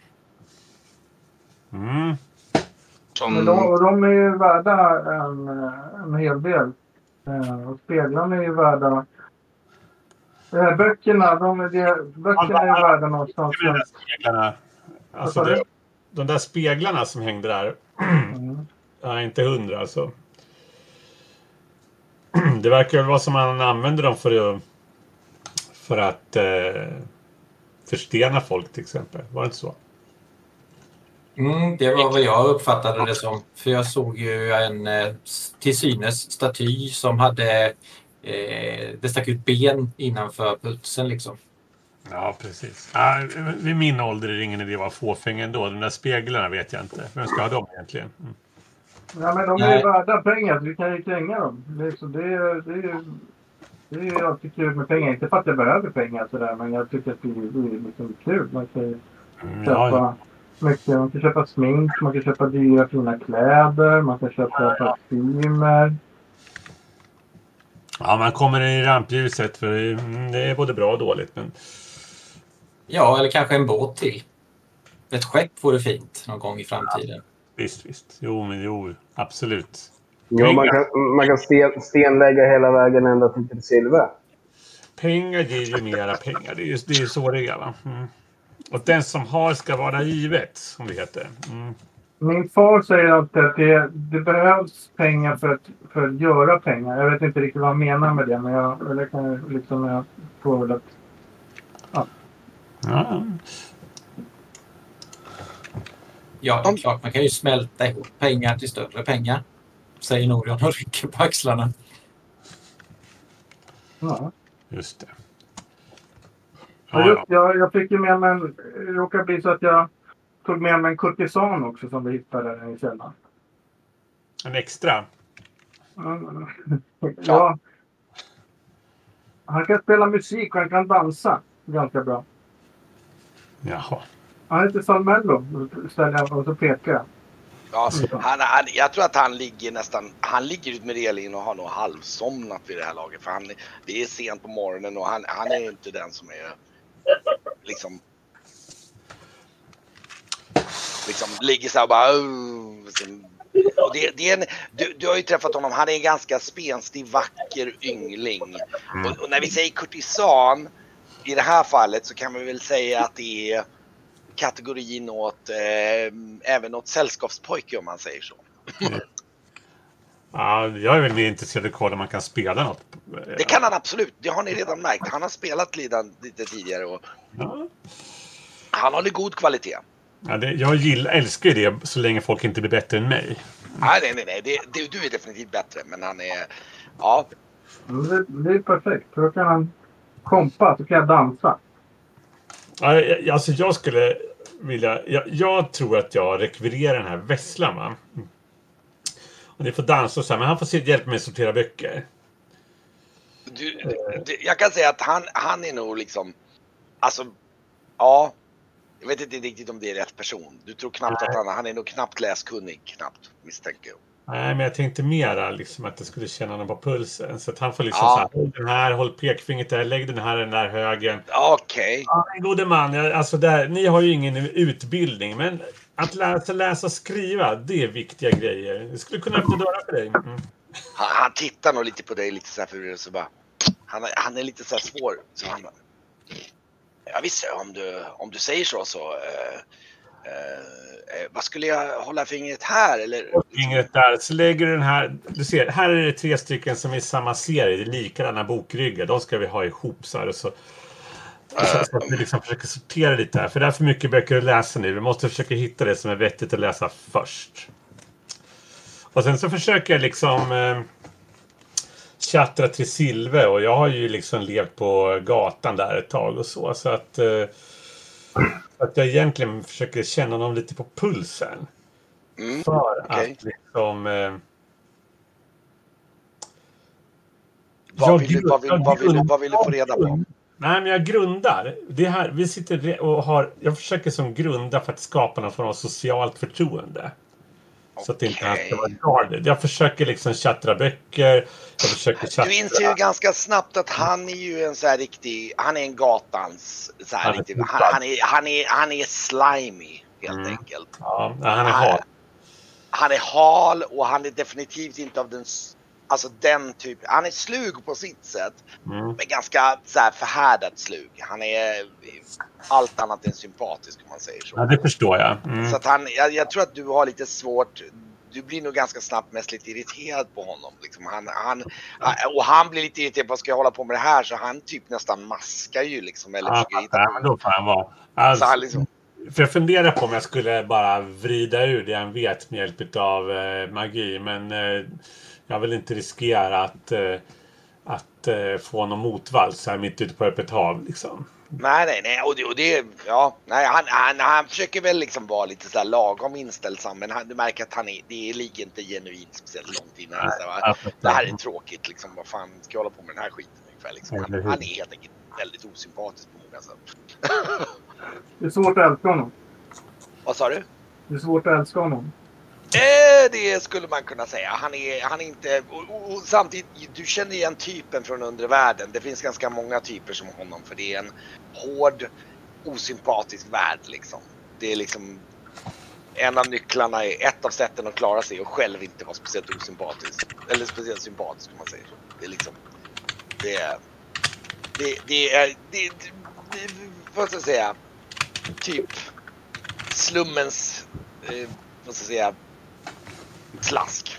Men de är ju värda en hel del. Och speglarna är ju värda... Böckerna, böckerna är ju värda någonstans. Speglarna. Alltså de där speglarna som hängde där. Ja, inte 100 alltså. Det verkar väl vara som man använder dem för att förstena folk till exempel. Var det inte så? Det var vad jag uppfattade det som. För jag såg ju en till synes staty som hade det stack ut ben innanför pulsen liksom. Ja, precis. Vid min ålder är det ingen idé att vara fåfäng ändå. De där speglarna vet jag inte. Vem ska ha dem egentligen? Ja, men de är ju värda pengar. Vi kan ju kränga dem. Det är ju alltid kul med pengar. Inte för att jag behöver pengar sådär, men jag tycker att det är liksom kul. Man kan köpa mycket. Man kan köpa smink, man kan köpa dyra fina kläder, man kan köpa parfymer. Ja, man kommer i rampljuset för det är både bra och dåligt. Men... Ja, eller kanske en båt till. Ett skepp vore fint någon gång i framtiden. Visst. Jo, absolut. Jo, man kan stenlägga hela vägen ända till silver. Pengar ger ju mera pengar. Det är ju så det är, va? Och den som har ska vara givet, som det heter. Min far säger alltid att det behövs pengar för att göra pengar. Jag vet inte riktigt vad han menar med det, men jag kan liksom jag får väl att... Ja, det är klart. Man kan ju smälta ihop pengar till större pengar. Säger Norion och rycker på axlarna. Ja. Just det. Jag fick ju med mig det råkade bli så att jag tog med mig en kurtisan också som vi hittade där i källaren. En extra? Ja. Han kan spela musik och han kan dansa ganska bra. Jaha. Han heter Salmello, ställer jag och så pekar jag. Ja, jag tror att han ligger ut med relingen och har nog halvsomnat vid det här laget. För det är sent på morgonen och han är ju inte den som är liksom ligger så här och bara... Och du har ju träffat honom, han är en ganska spenstig, vacker yngling. Och när vi säger kurtisan i det här fallet så kan man väl säga att det är kategorin även åt sällskapspojke om man säger så. Ja, jag är väl mer intresserad av kolla om man kan spela något. Det kan han absolut, det har ni redan märkt. Han har spelat lite tidigare och han håller god kvalitet. Ja, jag älskar ju det så länge folk inte blir bättre än mig. Nej. Du är definitivt bättre, men han är... Ja. Det är perfekt. Då kan han kompa, så kan jag dansa. Ja, alltså jag skulle vilja... Jag tror att jag rekvirerar den här vässlan, va? Och det får dansa och så här, men han får hjälpa mig att sortera böcker. Jag kan säga att han är nog liksom... Alltså, ja... Jag vet inte riktigt om det är rätt person. Du tror knappt att han är nog knappt läskunnig, knappt, misstänker jag. Nej, men jag tänkte mera liksom att jag skulle känna honom på pulsen. Så att han får liksom så här, håll den här, håll pekfingret där, lägg den där högen. Okej. Ja, gode man, alltså ni har ju ingen utbildning, men att läsa och skriva, det är viktiga grejer. Det skulle kunna öppna dörrar för dig. Han tittar nog lite på dig lite så här för så bara... Han är lite så här svår, så han bara... Ja visst, om du säger så vad skulle jag hålla fingret här eller? Fingret där, så lägger du den här, du ser, här är det 3 stycken som är i samma serie, det är likadana bokryggar, de ska vi ha ihop så här och så att vi liksom försöker sortera lite här, för det är för mycket böcker att läsa nu, vi måste försöka hitta det som är vettigt att läsa först. Och sen så försöker jag liksom tjattra till Silve, och jag har ju liksom levt på gatan där ett tag och så att jag egentligen försöker känna dem lite på pulsen. För att liksom vad vill du få reda på? Nej, men jag grundar det här, vi sitter och jag försöker som grunda för att skapa någon form av socialt förtroende. Så att det inte ska vara guarded. Jag försöker liksom chattra böcker. Du inser ju ganska snabbt att han är ju en så här riktig... Han är en gatans... Så här riktig, han är slimy, helt enkelt. Ja, han är hal. Han är hal och han är definitivt inte av den... Alltså den typ... Han är slug på sitt sätt. Men ganska så här förhärdat slug. Han är allt annat än sympatisk, om man säger så. Ja, det förstår jag. Så att jag tror att du har lite svårt... Du blir nog ganska snabbt mest lite irriterad på honom. Liksom han blir lite irriterad på att ska jag hålla på med det här. Så han typ nästan maskar ju liksom. Eller men då får han vara. Alltså, han liksom... För jag funderar på om jag skulle bara vrida ur det han vet med hjälp av magi. Men jag vill inte riskera att få någon motvalls så här mitt ute på öppet hav liksom. Nej. Och det han försöker väl liksom vara lite så här lagom inställsam, men du märker att det ligger inte genuint speciellt långt innan. Det här är tråkigt liksom, vad fan ska jag hålla på med den här skiten ungefär liksom. Han är helt enkelt väldigt osympatisk på många sätt. Det är svårt att älska honom. Vad sa du? Det är svårt att älska honom. Det skulle man kunna säga. Han är inte... Och samtidigt, du känner igen typen från undervärlden. Det finns ganska många typer som honom. För det är en hård, osympatisk värld liksom. Det är liksom... En av nycklarna är ett av sätten att klara sig och själv inte vara speciellt osympatisk. Eller speciellt sympatisk om man säger så. Det är liksom... Det är vad ska jag säga? Typ slummens... vad ska jag säga? Slask.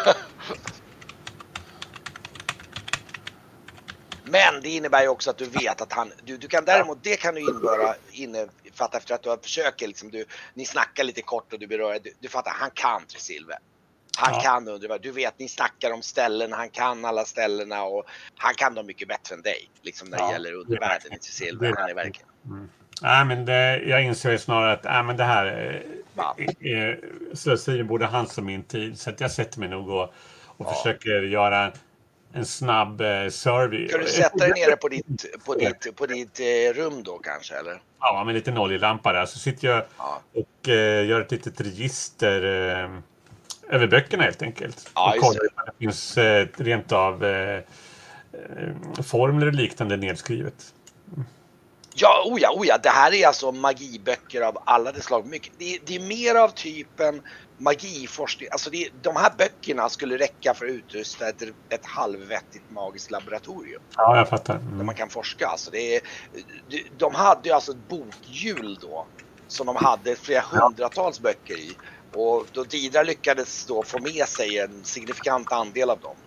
Men det innebär ju också att du vet att du kan däremot, det kan du innefatta efter att du har försöker liksom, ni snackar lite kort och du berör, du fattar, han kan Tresilver. Han kan undervärlden. Du vet, ni snackar om ställen, han kan alla ställena och han kan dem mycket bättre än dig. Liksom när det gäller undervärlden i Tresilver. Han är verkligen. Nej, men jag inser ju snarare att men det här slöseriet borde han som min tid. Så att jag sätter mig nog och försöker göra en snabb survey. Kan du sätta dig nere på ditt rum då kanske, eller? Ja, med lite oljelampa där. Så sitter jag och gör ett litet register över böckerna helt enkelt. Ja, och kollar om det finns rent av formler och liknande nedskrivet. Ja, oja. Det här är alltså magiböcker av alla de slag. Det är mer av typen magiforskning. Alltså de här böckerna skulle räcka för att utrusta ett halvvettigt magiskt laboratorium. Ja, jag fattar. Där man kan forska. Alltså de hade ju alltså ett bokhjul då. Som de hade flera hundratals böcker i. Och då Didra lyckades då få med sig en signifikant andel av dem.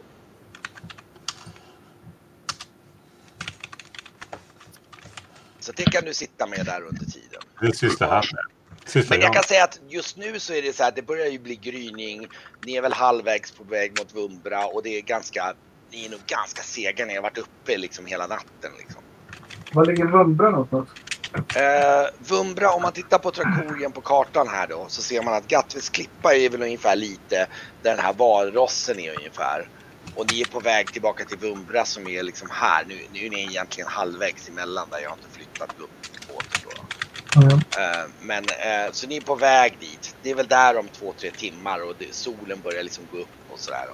Så det kan du sitta med där under tiden. Det sysslar han med. Men jag kan säga att just nu så är det så här, det börjar ju bli gryning. Ni är väl halvvägs på väg mot Vumbra och det är ni är nog ganska sega. Ni har varit uppe liksom hela natten liksom. Var ligger Vumbra någonstans? Vumbra, om man tittar på Trakorien på kartan här då, så ser man att Gatvis klippa är väl ungefär lite där den här valrossen är ungefär. Och ni är på väg tillbaka till Vumbra som är liksom här. Nu är ni egentligen halvvägs emellan där jag har inte flyttat upp båten då. Men så ni är på väg dit. Det är väl där om 2-3 timmar och solen börjar liksom gå upp och sådär.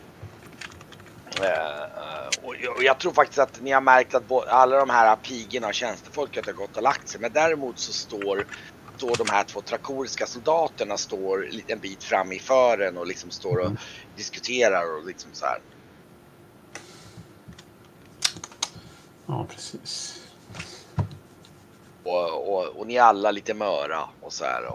Och jag tror faktiskt att ni har märkt att alla de här pigorna och tjänstefolket har gått och lagt sig. Men däremot så står de här 2 trakoriska soldaterna står en bit fram i fören och liksom står och diskuterar och liksom så här. Ja, precis. Och ni är alla lite möra och så här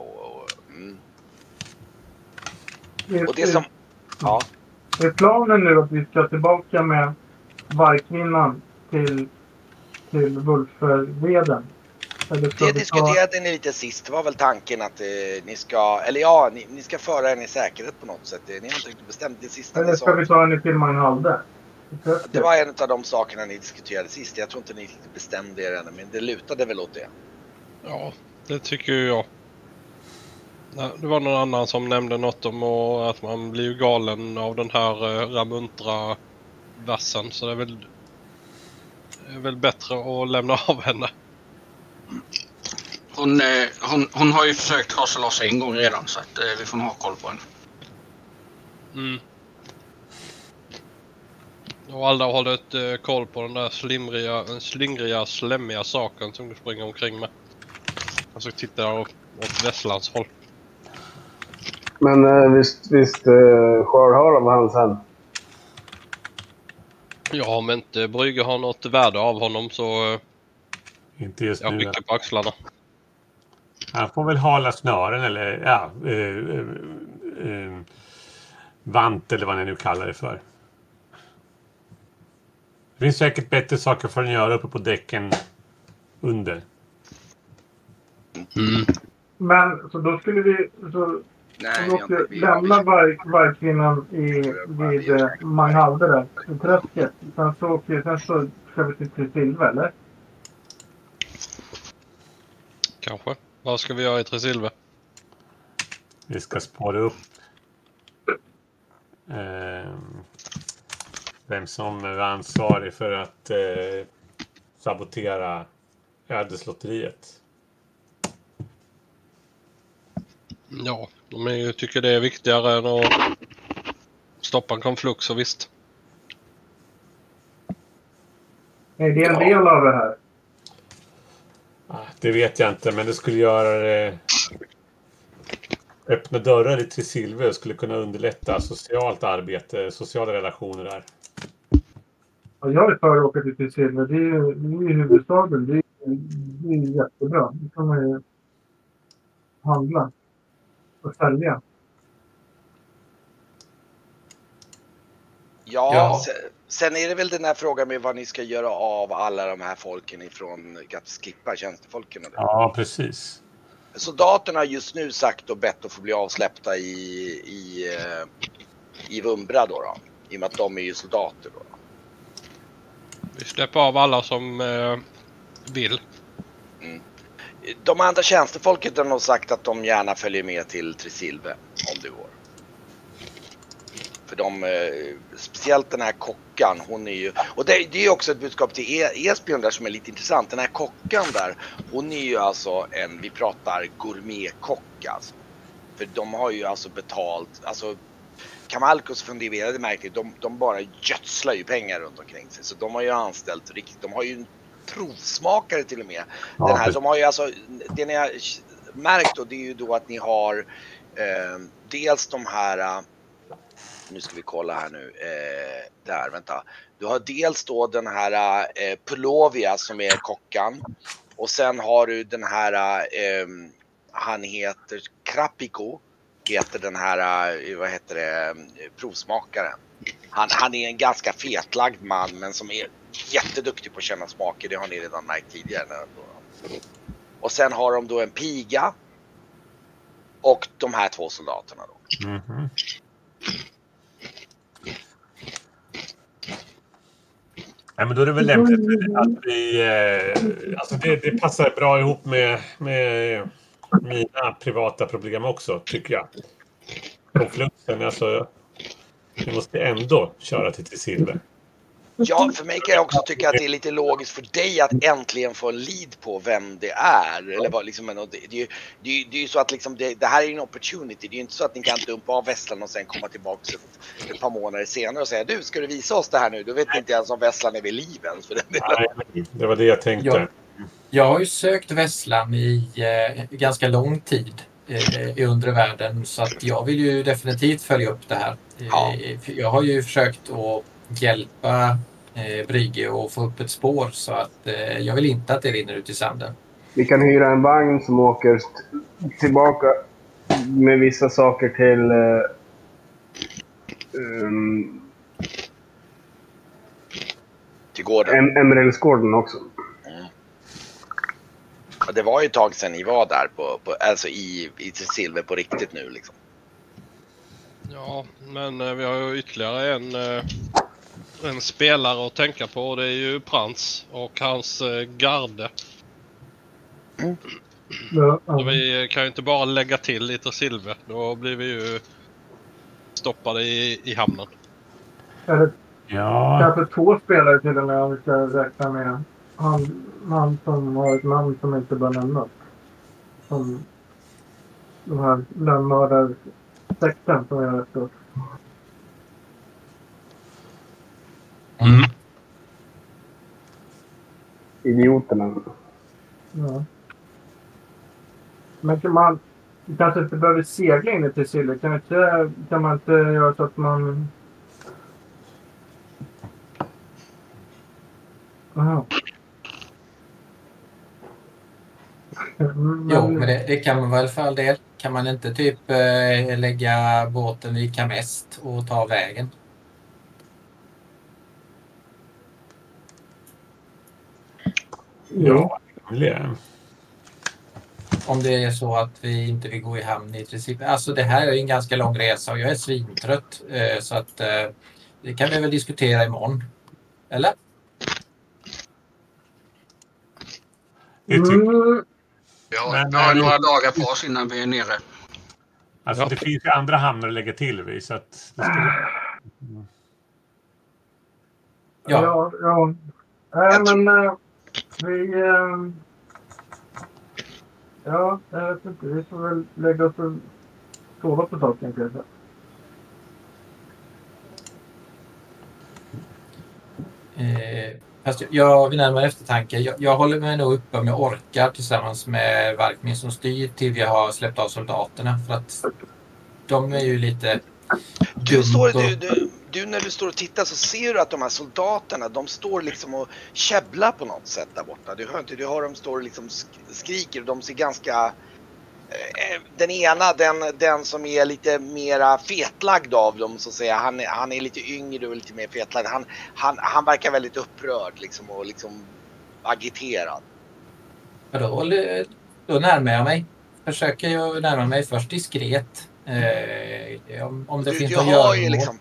och det som Är planen nu att vi ska tillbaka med vargkvinnan till Wulferveden? Det diskuterade ni lite sist. Det var väl tanken att ni ska föra henne i säkerhet på något sätt. Ni har inte riktigt bestämt det sista. Eller ska vi ta henne till Magnhalde? Det var en av de sakerna ni diskuterade sist. Jag tror inte ni riktigt bestämde er ännu, men det lutade väl åt det. Ja, det tycker jag. Det var någon annan som nämnde något om att man blir ju galen av den här Ramuntra vassen. Så det är väl bättre att lämna av henne. Hon har ju försökt ta sig loss en gång redan så att vi får ha koll på henne. Mm. Och alla hållit koll på den där slingriga, slämmiga saken som du springer omkring med. Och så tittar jag åt Västlands håll. Men visst Skörhara var han sen. Ja, om inte Brygge har något värde av honom så inte just jag nu. rycker på axlarna. Han får väl hala snören eller vant eller vad ni nu kallar det för. Det finns säkert bättre saker för att göra uppe på däcken under. Mm. Men så då skulle vi lämna vargkvinnan vid Magnhalde där i träsket. Sen så ska vi till Tresilver, eller? Kanske. Vad ska vi göra i Tresilver? Vi ska spåra upp vem som är ansvarig för att sabotera ödeslotteriet. Ja, de tycker det är viktigare än att stoppa en konflux, och visst. Är det en del av det här? Det vet jag inte, men det skulle göra det... Öppna dörrar i Tresilve skulle kunna underlätta socialt arbete, sociala relationer där. Ja, jag är för att åka till Tresilve. Det är ju huvudstaden. Det är jättebra. Det kan man ju handla och sälja. Ja. Sen är det väl den här frågan med vad ni ska göra av alla de här folken ifrån Gatskippa, tjänstefolken. Eller? Ja, precis. Soldaterna har just nu sagt och bett att få bli avsläppta i Vumbra då. I och med att de är ju soldater då. Vi släpper av alla som vill. Mm. De andra tjänstefolket har nog sagt att de gärna följer med till Tresilve om det går. För speciellt den här kockan, hon är ju... Och det är ju också ett budskap till Esbjörn där som är lite intressant. Den här kockan där, hon är ju alltså vi pratar gourmetkock alltså. För de har ju alltså betalt, alltså Kamalkos funderade märkligt, de bara gödslar ju pengar runt omkring sig. Så de har ju anställt riktigt, de har ju en provsmakare till och med. Ja, den här, de har ju alltså, det ni har märkt då, det är ju då att ni har dels de här... Nu ska vi kolla här nu. Där, vänta. Du har dels då den här Pulovia som är kockan. Och sen har du den här, han heter Krapiko. Heter den här, vad heter det, provsmakaren. Han är en ganska fetlagd man men som är jätteduktig på att känna smaker. Det har ni redan märkt tidigare. Och sen har de då en piga. Och de här två soldaterna då. Mm-hmm. Ja, men då är det väl lämpligt att vi... alltså det passar bra ihop med mina privata problem också, tycker jag. Konfluxen, alltså... Vi måste ändå köra till Tresilve. Ja, för mig kan jag också tycka att det är lite logiskt för dig att äntligen få en lead på vem det är. Eller vad, liksom, det är ju så att liksom det här är en opportunity. Det är ju inte så att ni kan dumpa av Vesslan och sen komma tillbaka ett par månader senare och säga du, ska du visa oss det här nu? Du vet inte ens om Vesslan är vid liv ens. För Nej, det var det jag tänkte. Jag har ju sökt Vesslan i ganska lång tid i undre världen, så att jag vill ju definitivt följa upp det här. Ja. Jag har ju försökt att hjälpa Brygge och få upp ett spår, så att jag vill inte att det rinner ut i sanden. Vi kan hyra en vagn som åker tillbaka med vissa saker till till gården. Emeraldsgården också. Ja, det var ju ett tag sedan ni var där alltså i Tresilve på riktigt nu liksom. Ja, men vi har ju ytterligare en spelare att tänka på, och det är ju Prans och hans garde. Så vi kan ju inte bara lägga till lite silver, då blir vi ju stoppade i hamnen. Ja. Kanske 2 spelare till och med om vi ska räkna med han som har ett namn som inte bör nämnas. Som de här lönnmördar-sekten som jag vet. Mm. Idioterna. Ja. Men man kanske inte behöver segla in till Sille. Kan man inte göra så att man... Aha. Jo, men det kan man väl för all del. Kan man inte typ lägga båten i Kamest och ta vägen? Ja, det. Om det är så att vi inte vill gå i hamn i princip. Alltså det här är en ganska lång resa och jag är svintrött. Så att det kan vi väl diskutera imorgon. Eller? Ja, vi har några dagar på oss innan vi är nere. Alltså det finns ju andra hamnar att lägga till vid, så att... Ja. Men vi... Ja, jag vet inte. Vi får väl lägga oss och sova på tak, tänkte jag. Fast jag vid närmare eftertanke, jag håller mig nog uppe om jag orkar tillsammans med Varkmin som styr till vi har släppt av soldaterna, för att de är ju lite Du när du står och tittar så ser du att de här soldaterna, de står liksom och käbblar på något sätt där borta. Du hör inte, du hör dem står och liksom skriker och de ser ganska... Den ena, den som är lite mera fetlagd av dem så att säga, han är lite yngre och lite mer fetlagd. Han verkar väldigt upprörd liksom och liksom agiterad. Ja, då närmar jag mig. Försöker jag närma mig först diskret. Om det finns att göra. Ju liksom,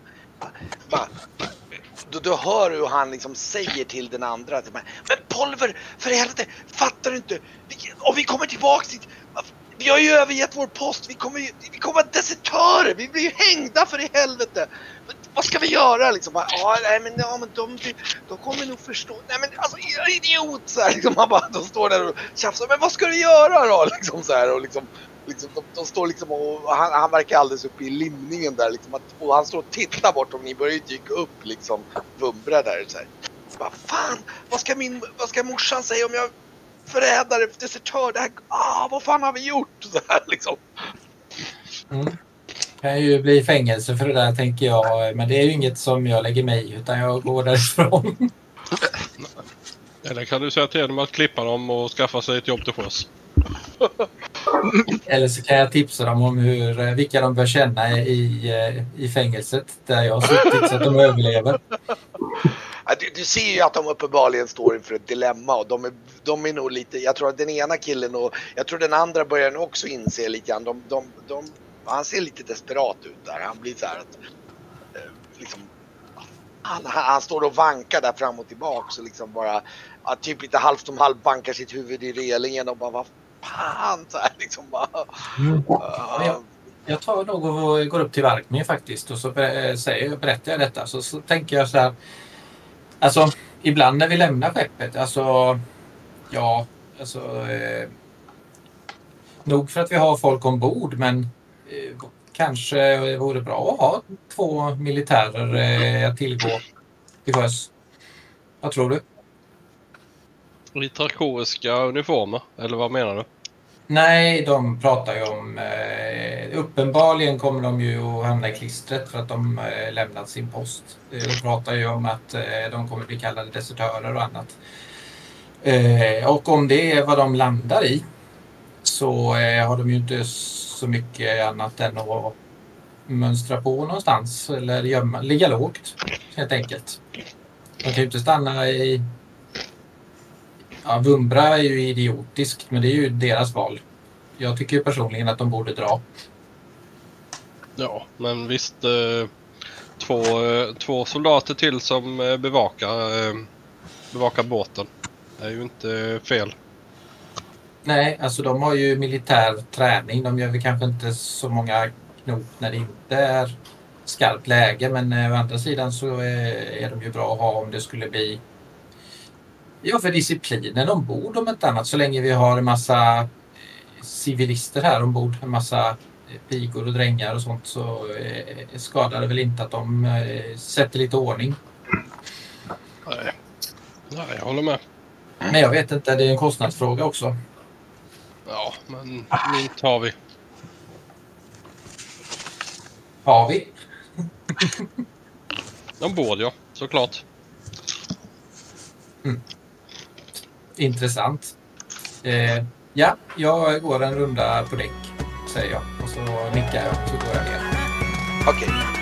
då hör du hur han liksom säger till den andra. Men Polver, för helvete, fattar du inte? Om vi kommer tillbaka dit... Vi har ju övergett vår post. Vi kommer vara desertörer. Vi blir ju hängda för i helvete. Vad ska vi göra liksom? Men de kommer nog förstå. Nej men alltså idiot så här liksom, de står där och tjafsar. Men vad ska du göra då liksom så här och liksom de står liksom och han verkar alldeles uppe i limningen där liksom, och han står och tittar bort och ni börjar ju dyka upp liksom Vumbra där så här. Vad fan? Vad ska morsan säga om jag förrädare, desertör, det här, vad fan har vi gjort? Så här, liksom. Kan ju bli fängelse för det där, tänker jag. Men det är ju inget som jag lägger mig i, utan jag går därifrån. Eller kan du säga till dem att klippa dem och skaffa sig ett jobb till sjöss? Eller så kan jag tipsa dem om vilka de bör känna i fängelset där jag har suttit så att de överlever. Du ser ju att de uppenbarligen står inför ett dilemma och de är nog lite, jag tror att den ena killen och jag tror den andra börjar nog också inse lite grann, han ser lite desperat ut där, han blir så här att liksom, han står och vankar där fram och tillbaka så liksom bara, typ lite halvt om halvt bankar sitt huvud i relingen och bara, vad fan så här liksom bara. Jag tar nog och går upp till Varkmin faktiskt och så berättar jag detta, så tänker jag så här. Alltså, ibland när vi lämnar skeppet, nog för att vi har folk ombord, men kanske vore bra att ha 2 militärer att tillgå till sjöss. Vad tror du? I trakoriska uniformer, eller vad menar du? Nej, de pratar ju om... uppenbarligen kommer de ju att hamna i klistret för att de lämnat sin post. De pratar ju om att de kommer bli kallade desertörer och annat. Och om det är vad de landar i så har de ju inte så mycket annat än att mönstra på någonstans eller ligga lågt, helt enkelt. De kan ju inte stanna i... Ja, Vumbra är ju idiotiskt, men det är ju deras val. Jag tycker personligen att de borde dra. Ja, men visst, två soldater till som bevakar båten. Det är ju inte fel. Nej, alltså de har ju militär träning. De gör väl kanske inte så många knop när det inte är skarpt läge, men å andra sidan så är de ju bra att ha om det skulle bli... Ja, för disciplinen ombord om inte annat. Så länge vi har en massa civilister här ombord, en massa pigor och drängar och sånt, så skadar det väl inte att de sätter lite ordning. Nej, jag håller med. Men jag vet inte, det är en kostnadsfråga också. Ja, men mynt har vi. Har vi? Ombord, ja, såklart. Intressant. Ja, jag går en runda på däck, säger jag. Och så nickar jag, så går jag ner. Okej.